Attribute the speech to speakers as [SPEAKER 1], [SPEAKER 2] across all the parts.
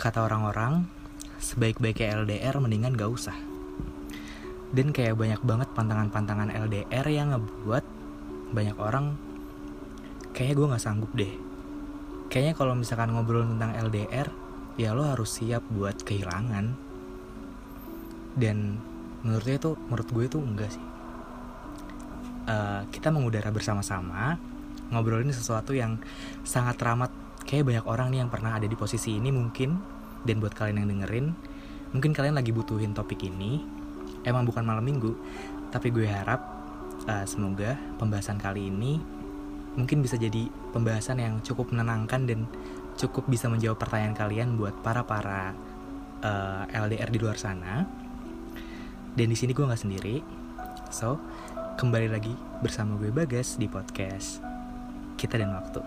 [SPEAKER 1] Kata orang-orang, sebaik-baiknya LDR mendingan gak usah. Dan kayak banyak banget pantangan-pantangan LDR yang ngebuat banyak orang kayaknya gue gak sanggup deh. Kayaknya kalau misalkan ngobrol tentang LDR, ya lo harus siap buat kehilangan. Dan menurut gue itu enggak sih. Kita mengudara bersama-sama, ngobrolin sesuatu yang sangat ramah. Kayak banyak orang nih yang pernah ada di posisi ini mungkin. Dan buat kalian yang dengerin, mungkin kalian lagi butuhin topik ini. Emang bukan malam minggu, tapi gue harap semoga pembahasan kali ini mungkin bisa jadi pembahasan yang cukup menenangkan dan cukup bisa menjawab pertanyaan kalian buat para LDR di luar sana. Dan di sini gue nggak sendiri, so kembali lagi bersama gue Bagas di podcast Kita dan Waktu.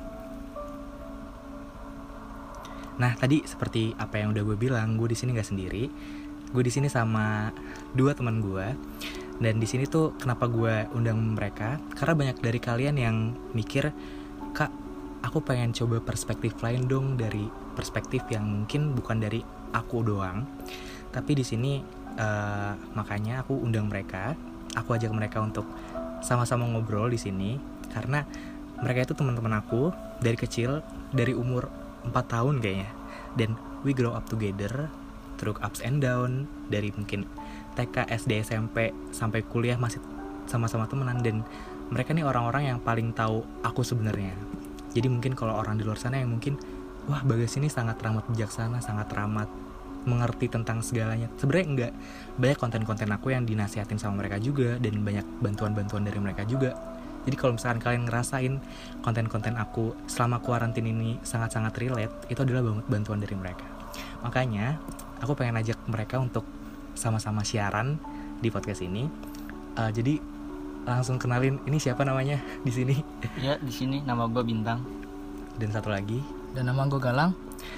[SPEAKER 1] Nah, tadi seperti apa yang udah gue bilang, gue di sini nggak sendiri. Gue di sini sama dua teman gue. Dan di sini tuh kenapa gue undang mereka? Karena banyak dari kalian yang mikir, Kak, aku pengen coba perspektif lain dong, dari perspektif yang mungkin bukan dari aku doang. Tapi di sini makanya aku undang mereka. Aku ajak mereka untuk sama-sama ngobrol di sini karena mereka itu teman-teman aku dari kecil, dari umur 4 tahun kayaknya. Dan we grow up together through ups and down, dari mungkin TK, SD, SMP sampai kuliah masih sama-sama temenan. Dan mereka nih orang-orang yang paling tahu aku sebenarnya. Jadi mungkin kalau orang di luar sana yang mungkin, wah Bagas ini sangat ramah bijaksana, sangat ramah mengerti tentang segalanya. Sebenarnya enggak, banyak konten-konten aku yang dinasihatin sama mereka juga, dan banyak bantuan-bantuan dari mereka juga. Jadi kalau misalkan kalian ngerasain konten-konten aku selama kuarantin ini sangat-sangat relate, itu adalah bantuan dari mereka. Makanya aku pengen ajak mereka untuk sama-sama siaran di podcast ini. Jadi langsung kenalin, ini siapa namanya di sini?
[SPEAKER 2] Ya, di sini nama gue Bintang.
[SPEAKER 1] Dan satu lagi.
[SPEAKER 3] Dan nama gue Galang.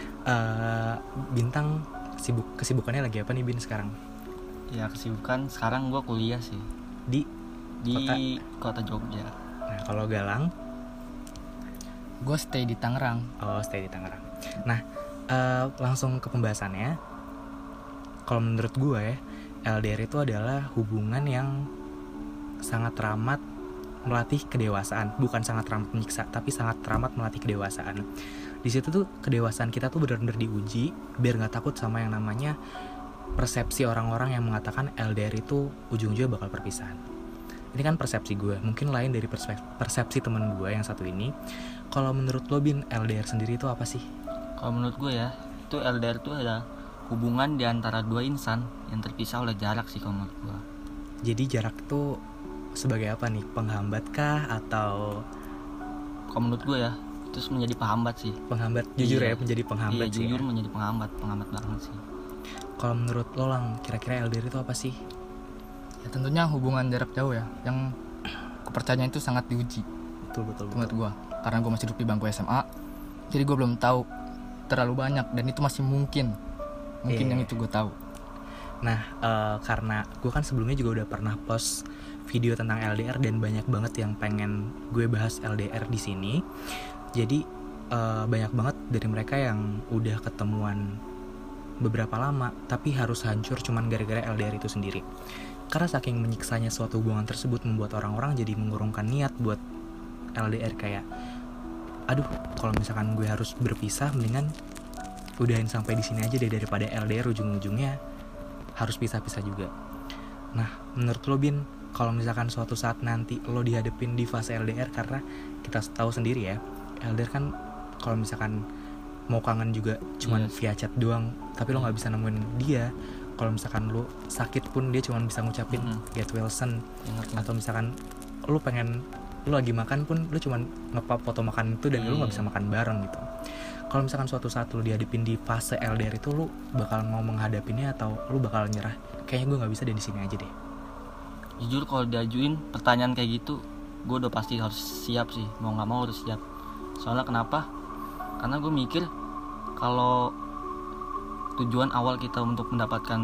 [SPEAKER 1] Bintang, kesibukannya lagi apa nih Bin sekarang?
[SPEAKER 2] Ya, kesibukan sekarang gue kuliah sih
[SPEAKER 1] Di
[SPEAKER 2] kota Jogja.
[SPEAKER 1] Nah, kalau Galang?
[SPEAKER 3] Gue stay di Tangerang.
[SPEAKER 1] Oh, stay di Tangerang. Nah, langsung ke pembahasannya. Kalau menurut gue, LDR itu adalah hubungan yang sangat teramat melatih kedewasaan. Bukan sangat teramat menyiksa, tapi sangat teramat melatih kedewasaan. Di situ tuh kedewasaan kita tuh benar-benar diuji biar nggak takut sama yang namanya persepsi orang-orang yang mengatakan LDR itu ujung-ujungnya bakal perpisahan. Ini kan persepsi gue, mungkin lain dari persepsi teman gue yang satu ini. Kalau menurut lo Bin, LDR sendiri itu apa sih?
[SPEAKER 2] Kalau menurut gue ya, itu LDR itu adalah hubungan di antara dua insan yang terpisah oleh jarak sih kalau menurut gue.
[SPEAKER 1] Jadi jarak itu sebagai apa nih? Penghambat kah atau?
[SPEAKER 2] Kalau menurut gue ya, itu menjadi penghambat sih.
[SPEAKER 1] Penghambat, jujur ya, menjadi penghambat sih.
[SPEAKER 2] Jujur
[SPEAKER 1] ya?
[SPEAKER 2] Menjadi penghambat banget sih.
[SPEAKER 1] Kalau menurut lo Lang, kira-kira LDR itu apa sih?
[SPEAKER 3] Ya tentunya hubungan jarak jauh ya, yang kepercayaan itu sangat diuji.
[SPEAKER 1] Betul.
[SPEAKER 3] Menurut gue, karena gue masih duduk di bangku SMA, jadi gue belum tahu terlalu banyak, dan itu masih mungkin yang itu gue tahu.
[SPEAKER 1] Nah, karena gue kan sebelumnya juga udah pernah post video tentang LDR dan banyak banget yang pengen gue bahas LDR di sini. Jadi banyak banget dari mereka yang udah ketemuan beberapa lama tapi harus hancur cuman gara-gara LDR itu sendiri. Karena saking menyiksanya suatu hubungan tersebut membuat orang-orang jadi mengurungkan niat buat LDR. Kayak, aduh, kalau misalkan gue harus berpisah, mendingan udahin sampai di sini aja deh daripada LDR ujung-ujungnya harus pisah-pisah juga. Nah, menurut lo Bin, kalau misalkan suatu saat nanti lo dihadapin di fase LDR, karena kita tahu sendiri ya, LDR kan kalau misalkan mau kangen juga cuman via chat doang, tapi lo nggak bisa nemuin dia. Kalau misalkan lo sakit pun dia cuman bisa ngucapin get well soon. Atau misalkan lo lagi makan pun lo cuman nge-pop foto makan itu dan lo nggak bisa makan bareng gitu. Kalau misalkan suatu saat lo dihadapin di fase LDR itu, lo bakal mau menghadapinya atau lo bakal nyerah? Kayaknya gue nggak bisa deh, di sini aja deh.
[SPEAKER 2] Jujur kalau diajuin pertanyaan kayak gitu, gue udah pasti harus siap sih, mau nggak mau harus siap. Soalnya kenapa? Karena gue mikir kalau tujuan awal kita untuk mendapatkan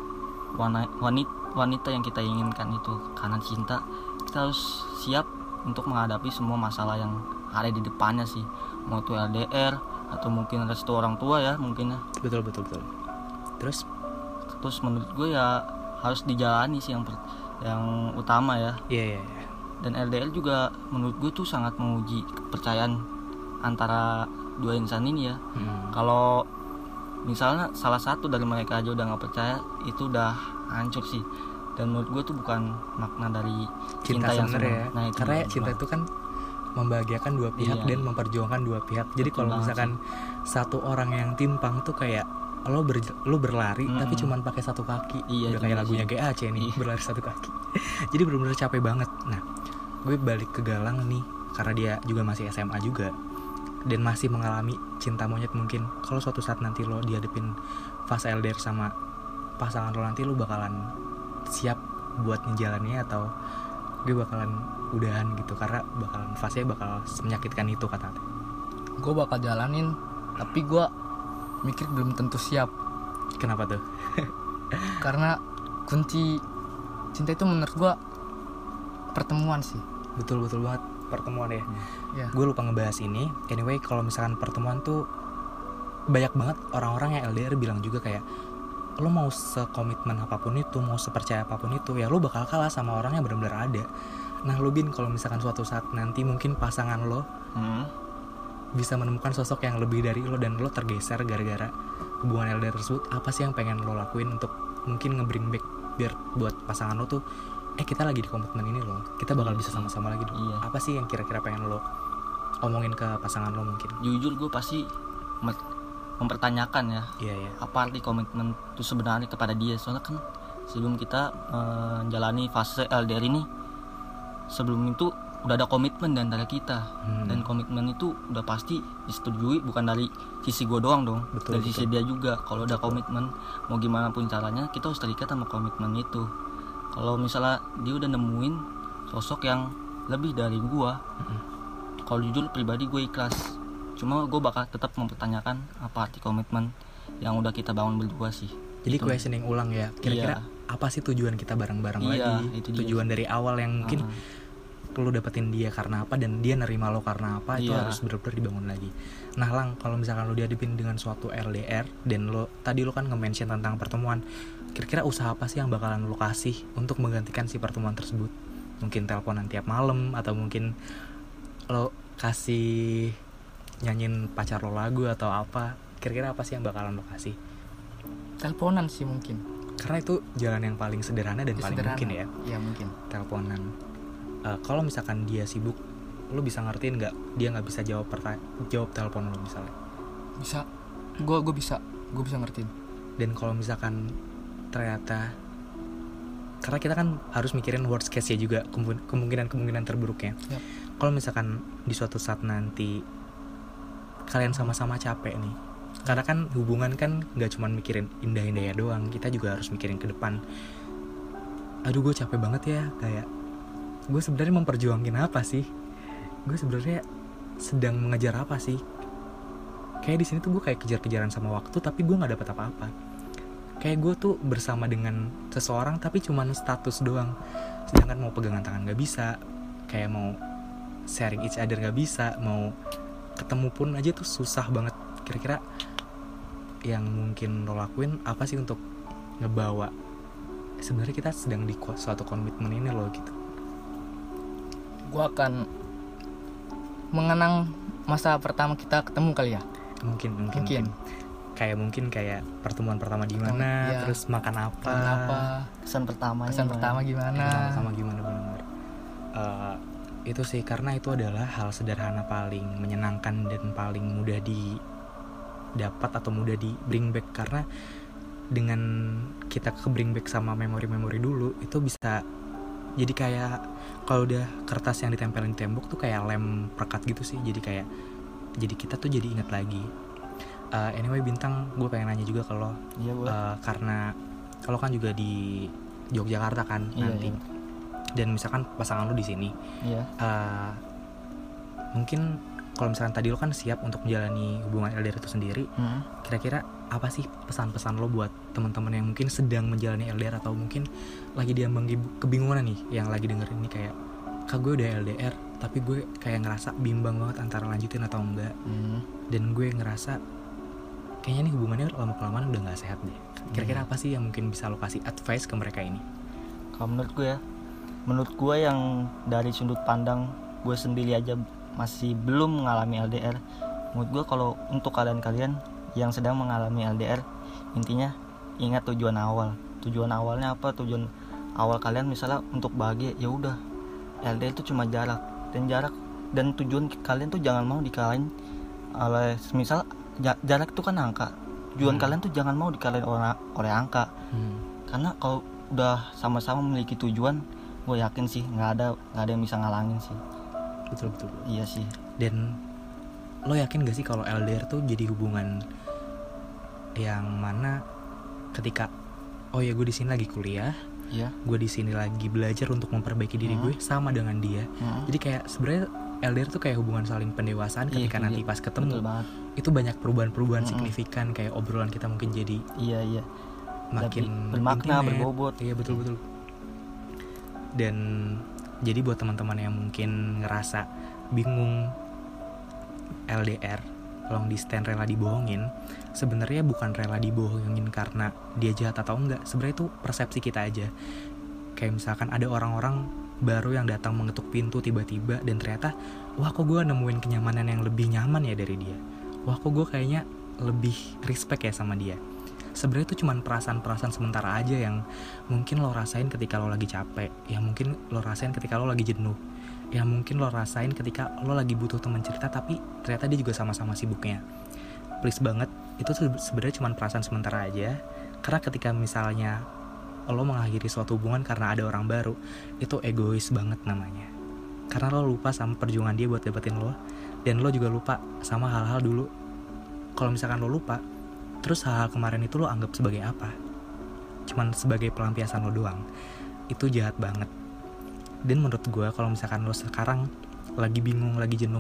[SPEAKER 2] wanita yang kita inginkan itu karena cinta, kita harus siap untuk menghadapi semua masalah yang ada di depannya sih. Mau itu LDR, atau mungkin restu orang tua ya mungkin ya.
[SPEAKER 1] Betul. Terus
[SPEAKER 2] Menurut gue ya harus dijalani sih yang utama ya.
[SPEAKER 1] iya.
[SPEAKER 2] Dan LDR juga menurut gue tuh sangat menguji kepercayaan antara dua insan ini ya. Kalau misalnya salah satu dari mereka aja udah nggak percaya, itu udah hancur sih. Dan menurut gue tuh bukan makna dari cinta yang
[SPEAKER 1] sebenarnya
[SPEAKER 2] sebenarnya.
[SPEAKER 1] ya. Karena cinta itu kan membahagiakan dua pihak dan memperjuangkan dua pihak. Jadi kalau misalkan satu orang yang timpang tuh kayak lo berlari tapi cuman pakai satu kaki. Udah kayak lagunya GAC nih, berlari satu kaki. Jadi benar-benar capek banget. Nah, gue balik ke Galang nih karena dia juga masih SMA juga dan masih mengalami cinta monyet mungkin. Kalau suatu saat nanti lo dihadapin fase LDR sama pasangan lo, nanti lo bakalan siap buat ngejalannya atau gue bakalan udahan gitu karena fasenya bakal menyakitkan itu kata.
[SPEAKER 3] Gue bakal jalanin, tapi gue mikir belum tentu siap.
[SPEAKER 1] Kenapa tuh?
[SPEAKER 3] Karena kunci cinta itu menurut gue pertemuan sih.
[SPEAKER 1] Betul banget, pertemuan ya.
[SPEAKER 3] Ya.
[SPEAKER 1] Gue lupa ngebahas ini. Anyway, kalau misalkan pertemuan tuh banyak banget orang-orang yang LDR bilang juga kayak lo mau sekomitmen apapun itu, mau sepercaya apapun itu, ya lo bakal kalah sama orang yang benar-benar ada. Nah lo Bin, kalau misalkan suatu saat nanti mungkin pasangan lo bisa menemukan sosok yang lebih dari lo dan lo tergeser gara-gara hubungan LDR tersebut, apa sih yang pengen lo lakuin untuk mungkin nge-bring back biar buat pasangan lo tuh kita lagi di komitmen ini loh, kita bakal bisa sama-sama lagi dong. Apa sih yang kira-kira pengen lo omongin ke pasangan lo mungkin?
[SPEAKER 2] Jujur gue pasti mempertanyakan ya, apa arti komitmen itu sebenarnya kepada dia. Soalnya kan sebelum kita menjalani fase LDR ini, sebelum itu udah ada komitmen di antara kita. Dan komitmen itu udah pasti disetujui, bukan dari sisi gue doang dong, dari sisi dia juga. Kalau udah komitmen, mau gimana pun caranya, kita harus terikat sama komitmen itu. Kalau misalnya dia udah nemuin sosok yang lebih dari gue, kalau jujur pribadi gue ikhlas. Cuma gue bakal tetap mempertanyakan apa arti komitmen yang udah kita bangun berdua sih.
[SPEAKER 1] Jadi questioning ulang ya, kira-kira apa sih tujuan kita bareng-bareng lagi, tujuan dari awal yang mungkin lo dapetin dia karena apa dan dia nerima lo karena apa, itu harus benar-benar dibangun lagi. Nah Lang, kalau misalkan lo dihadapin dengan suatu LDR dan tadi lo kan nge-mention tentang pertemuan, kira-kira usaha apa sih yang bakalan lo kasih untuk menggantikan si pertemuan tersebut? Mungkin teleponan tiap malam, atau mungkin lo kasih nyanyiin pacar lo lagu atau apa? Kira-kira apa sih yang bakalan lo kasih?
[SPEAKER 3] Teleponan sih mungkin,
[SPEAKER 1] karena itu jalan yang paling sederhana dan paling mungkin ya.
[SPEAKER 3] Iya mungkin.
[SPEAKER 1] Teleponan. Kalau misalkan dia sibuk, lo bisa ngertiin nggak dia nggak bisa jawab telepon lo misalnya?
[SPEAKER 3] Bisa. Gue bisa ngertiin.
[SPEAKER 1] Dan kalau misalkan ternyata, karena kita kan harus mikirin worst case ya juga, kemungkinan terburuknya. Kalau misalkan di suatu saat nanti kalian sama-sama capek nih, karena kan hubungan kan nggak cuma mikirin indah-indahnya doang, kita juga harus mikirin ke depan. Aduh gue capek banget ya, kayak gue sebenarnya memperjuangin apa sih? Gue sebenarnya sedang mengejar apa sih? Kayak di sini tuh gue kayak kejar-kejaran sama waktu, tapi gue nggak dapat apa-apa. Kayak gue tuh bersama dengan seseorang tapi cuman status doang. Sedangkan mau pegangan tangan nggak bisa, kayak mau sharing each other nggak bisa, mau ketemu pun aja tuh susah banget. Kira-kira yang mungkin lo lakuin apa sih untuk ngebawa sebenarnya kita sedang di suatu komitmen ini lo gitu?
[SPEAKER 3] Gue akan mengenang masa pertama kita ketemu kali ya.
[SPEAKER 1] Mungkin. Kayak pertemuan pertama gimana, terus makan apa,
[SPEAKER 3] kesan pertama gimana,
[SPEAKER 1] benar. Itu sih, karena itu adalah hal sederhana paling menyenangkan dan paling mudah didapat atau mudah di bring back. Karena dengan kita ke bring back sama memori-memori dulu, itu bisa jadi kayak kalau udah kertas yang ditempelin di tembok tuh kayak lem perekat gitu sih. Jadi kita tuh jadi ingat lagi. Anyway Bintang, gue pengen nanya juga ke lo. Karena lo kan juga di Yogyakarta kan nanti. Dan misalkan pasangan lo di sini. Mungkin kalau misalkan tadi lo kan siap untuk menjalani hubungan LDR itu sendiri, kira-kira apa sih pesan-pesan lo buat teman-teman yang mungkin sedang menjalani LDR atau mungkin lagi diambang kebingungan nih, yang lagi dengerin ini kayak, kak gue udah LDR tapi gue kayak ngerasa bimbang banget antara lanjutin atau enggak. Dan gue ngerasa kayaknya nih hubungannya lama-kelamaan udah nggak sehat deh. Kira-kira apa sih yang mungkin bisa lo kasih advice ke mereka ini?
[SPEAKER 2] Kalau menurut gue yang dari sudut pandang gue sendiri aja masih belum mengalami LDR, menurut gue kalau untuk kalian yang sedang mengalami LDR, intinya ingat tujuan awalnya apa. Tujuan awal kalian misalnya untuk bahagia, ya udah, LDR itu cuma jarak, dan tujuan kalian tuh jangan mau dikalahin oleh, misal jarak itu kan angka. Tujuan kalian tuh jangan mau dikalahin oleh angka. Karena kalau udah sama-sama memiliki tujuan, gue yakin sih nggak ada yang bisa ngalangin sih.
[SPEAKER 1] Betul.
[SPEAKER 2] Iya sih.
[SPEAKER 1] Dan lo yakin gak sih kalau LDR tuh jadi hubungan yang mana ketika gue di sini lagi kuliah, gue di sini lagi belajar untuk memperbaiki diri gue sama dengan dia. Jadi kayak sebenarnya LDR tuh kayak hubungan saling pendewasaan. Ketika nanti pas ketemu itu banyak perubahan signifikan, kayak obrolan kita mungkin jadi makin
[SPEAKER 2] bermakna,
[SPEAKER 1] intimate.
[SPEAKER 2] berbobot.
[SPEAKER 1] Iya betul. Dan jadi buat teman-teman yang mungkin ngerasa bingung LDR, long distance, rela dibohongin, sebenarnya bukan rela dibohongin karena dia jahat atau enggak. Sebenarnya itu persepsi kita aja. Kayak misalkan ada orang-orang baru yang datang mengetuk pintu tiba-tiba dan ternyata, wah kok gue nemuin kenyamanan yang lebih nyaman ya dari dia. Wah kok gue kayaknya lebih respect ya sama dia. Sebenarnya itu cuma perasaan-perasaan sementara aja yang mungkin lo rasain ketika lo lagi capek, yang mungkin lo rasain ketika lo lagi jenuh, yang mungkin lo rasain ketika lo lagi butuh teman cerita tapi ternyata dia juga sama-sama sibuknya. Please banget, itu sebenarnya cuma perasaan sementara aja. Karena ketika misalnya lo mengakhiri suatu hubungan karena ada orang baru, itu egois banget namanya. Karena lo lupa sama perjuangan dia buat dapetin lo, dan lo juga lupa sama hal-hal dulu. Kalau misalkan lo lupa, terus hal-hal kemarin itu lo anggap sebagai apa? Cuman sebagai pelampiasan lo doang. Itu jahat banget. Dan menurut gue kalau misalkan lo sekarang lagi bingung, lagi jenuh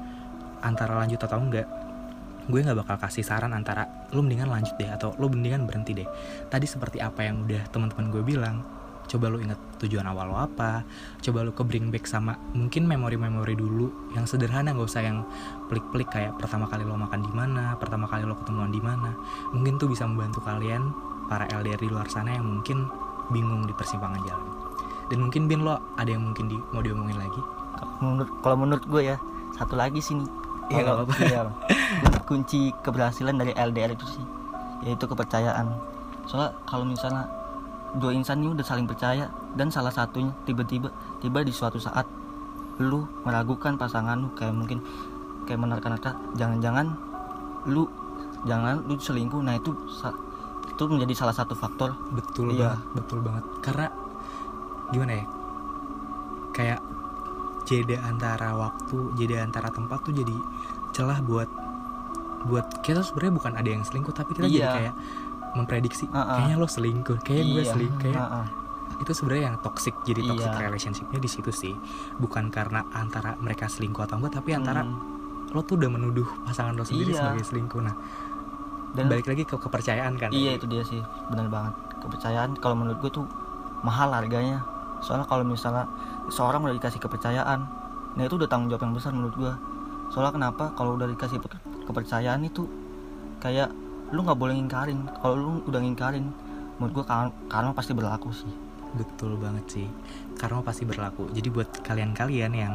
[SPEAKER 1] antara lanjut atau enggak, gue gak bakal kasih saran antara lo mendingan lanjut deh atau lo mendingan berhenti deh. Tadi seperti apa yang udah teman-teman gue bilang, coba lo inget tujuan awal lo apa, coba lo ke bring back sama mungkin memori-memori dulu yang sederhana, gak usah yang pelik-pelik kayak pertama kali lo makan di mana, pertama kali lo ketemuan di mana. Mungkin tuh bisa membantu kalian para LDR di luar sana yang mungkin bingung di persimpangan jalan. Dan mungkin Bin, lo ada yang mungkin mau diomongin lagi?
[SPEAKER 2] Kalau menurut gue ya, satu lagi sih nih.
[SPEAKER 1] Iya gak apa-apa.
[SPEAKER 2] Iya, kunci keberhasilan dari LDR itu sih, yaitu kepercayaan. Soalnya kalau misalnya dua insan ini udah saling percaya dan salah satunya tiba-tiba di suatu saat lu meragukan pasangan lu, kayak mungkin kayak menerka-nerka jangan lu selingkuh. Nah itu menjadi salah satu faktor.
[SPEAKER 1] Betul banget. Karena gimana ya, kayak jeda antara waktu, jeda antara tempat tuh jadi celah buat kita sebenarnya bukan ada yang selingkuh, tapi kita jadi kayak memprediksi kayaknya lo selingkuh, kayak gue selingkuh, kayak itu sebenarnya yang toxic. Jadi toxic relationshipnya di situ sih, bukan karena antara mereka selingkuh atau enggak, tapi antara lo tuh udah menuduh pasangan lo sendiri sebagai selingkuh. Nah, dan balik lagi ke kepercayaan kan.
[SPEAKER 2] Iya, itu dia sih, benar banget. Kepercayaan kalau menurut gue tuh mahal harganya. Soalnya kalau misalnya seorang udah dikasih kepercayaan, nah itu udah tanggung jawab yang besar menurut gue. Soalnya kenapa? Kalau udah dikasih kepercayaan itu kayak lu nggak boleh ngingkarin. Kalau lu udah ngingkarin, menurut gue karma pasti berlaku sih.
[SPEAKER 1] Betul banget sih, karma pasti berlaku. Jadi buat kalian-kalian yang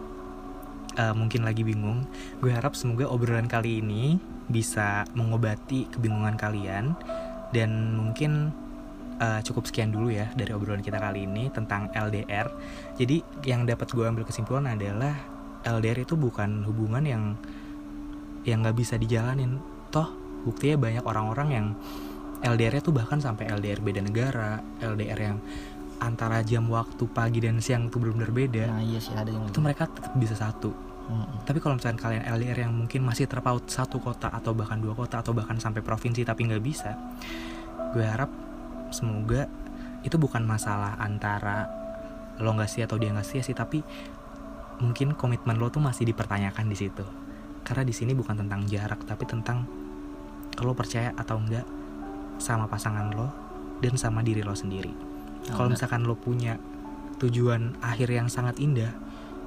[SPEAKER 1] mungkin lagi bingung, gue harap semoga obrolan kali ini bisa mengobati kebingungan kalian. Dan mungkin cukup sekian dulu ya dari obrolan kita kali ini tentang LDR. Jadi yang dapat gue ambil kesimpulan adalah LDR itu bukan hubungan yang nggak bisa dijalanin. Toh buktinya banyak orang-orang yang LDR-nya tuh bahkan sampai LDR beda negara, LDR yang antara jam waktu pagi dan siang tuh benar-benar beda.
[SPEAKER 2] Nah iya sih, ada yang
[SPEAKER 1] itu mereka tetap bisa satu. Tapi kalau misalkan kalian LDR yang mungkin masih terpaut satu kota atau bahkan dua kota atau bahkan sampai provinsi tapi nggak bisa, gue harap semoga itu bukan masalah antara lo nggak sih atau dia nggak sih, tapi mungkin komitmen lo tuh masih dipertanyakan di situ. Karena di sini bukan tentang jarak, tapi tentang lo percaya atau enggak sama pasangan lo dan sama diri lo sendiri. Kalau misalkan lo punya tujuan akhir yang sangat indah,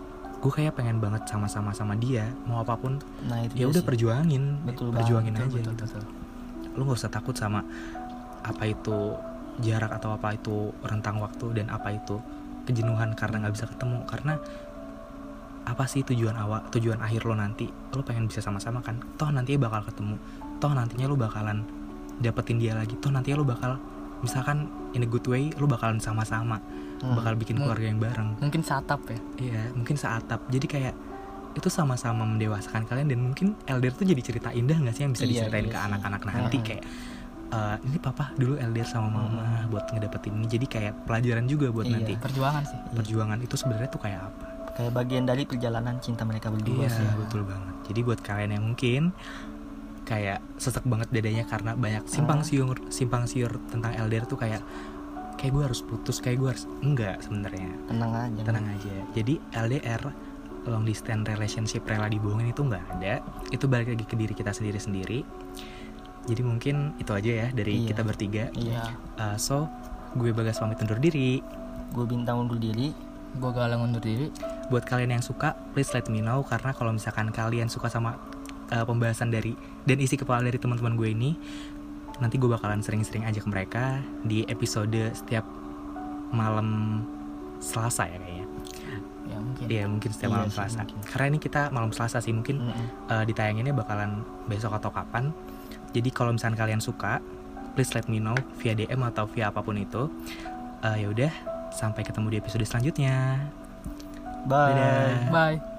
[SPEAKER 1] gue kayak pengen banget sama-sama sama dia, mau apapun
[SPEAKER 2] Nah itu
[SPEAKER 1] ya
[SPEAKER 2] dia
[SPEAKER 1] udah
[SPEAKER 2] sih.
[SPEAKER 1] perjuangin,
[SPEAKER 2] Betul
[SPEAKER 1] perjuangin
[SPEAKER 2] banget,
[SPEAKER 1] aja
[SPEAKER 3] betul,
[SPEAKER 1] gitu.
[SPEAKER 3] betul.
[SPEAKER 1] Lu nggak usah takut sama apa itu jarak atau apa itu rentang waktu dan apa itu kejenuhan karena nggak bisa ketemu. Karena apa sih tujuan akhir lo nanti? Lo pengen bisa sama-sama kan? Toh nantinya bakal ketemu. Toh nantinya lo bakalan dapetin dia lagi. Toh nantinya lo bakal misalkan in a good way lo bakalan sama-sama, bakal bikin keluarga yang bareng.
[SPEAKER 3] Mungkin satap ya.
[SPEAKER 1] Iya, mungkin seatap. Jadi kayak itu sama-sama mendewasakan kalian dan mungkin LDR tuh jadi cerita indah nggak sih yang bisa
[SPEAKER 2] Iya,
[SPEAKER 1] diceritain
[SPEAKER 2] iya
[SPEAKER 1] ke
[SPEAKER 2] sih.
[SPEAKER 1] anak-anak nanti kayak ini papa dulu LDR sama mama buat ngedapetin ini. Jadi kayak pelajaran juga buat
[SPEAKER 2] Iya.
[SPEAKER 1] nanti.
[SPEAKER 3] Perjuangan sih.
[SPEAKER 1] Perjuangan itu sebenarnya tuh kayak apa?
[SPEAKER 2] Kayak bagian dari perjalanan cinta mereka berdua
[SPEAKER 1] Iya,
[SPEAKER 2] sih.
[SPEAKER 1] betul banget. Jadi buat kalian yang mungkin kayak sesek banget dadanya karena banyak simpang siur tentang LDR tuh kayak gue harus putus, kayak gue harus enggak sebenarnya. Tenang aja. Jadi LDR, long distance relationship, rela dibohongin itu nggak ada. Itu balik lagi ke diri kita sendiri. Jadi mungkin itu aja ya dari
[SPEAKER 2] Iya.
[SPEAKER 1] kita bertiga.
[SPEAKER 2] Iya.
[SPEAKER 1] So gue Bagas pamit undur diri.
[SPEAKER 2] Gue Bintang undur diri.
[SPEAKER 3] Gue Galang undur diri.
[SPEAKER 1] Buat kalian yang suka, please let me know. Karena kalau misalkan kalian suka sama pembahasan dari dan isi kepala dari teman-teman gue ini, nanti gue bakalan sering-sering ajak mereka di episode setiap malam Selasa ya kayaknya.
[SPEAKER 3] Ya mungkin.
[SPEAKER 1] Iya mungkin setiap
[SPEAKER 2] Iya
[SPEAKER 1] malam
[SPEAKER 2] sih,
[SPEAKER 1] Selasa.
[SPEAKER 2] mungkin.
[SPEAKER 1] Karena ini kita malam Selasa sih, mungkin ditayanginnya bakalan besok atau kapan. Jadi kalau misalkan kalian suka, please let me know via DM atau via apapun itu. Ya udah, sampai ketemu di episode selanjutnya.
[SPEAKER 2] Bye.
[SPEAKER 1] Dadah.
[SPEAKER 3] Bye.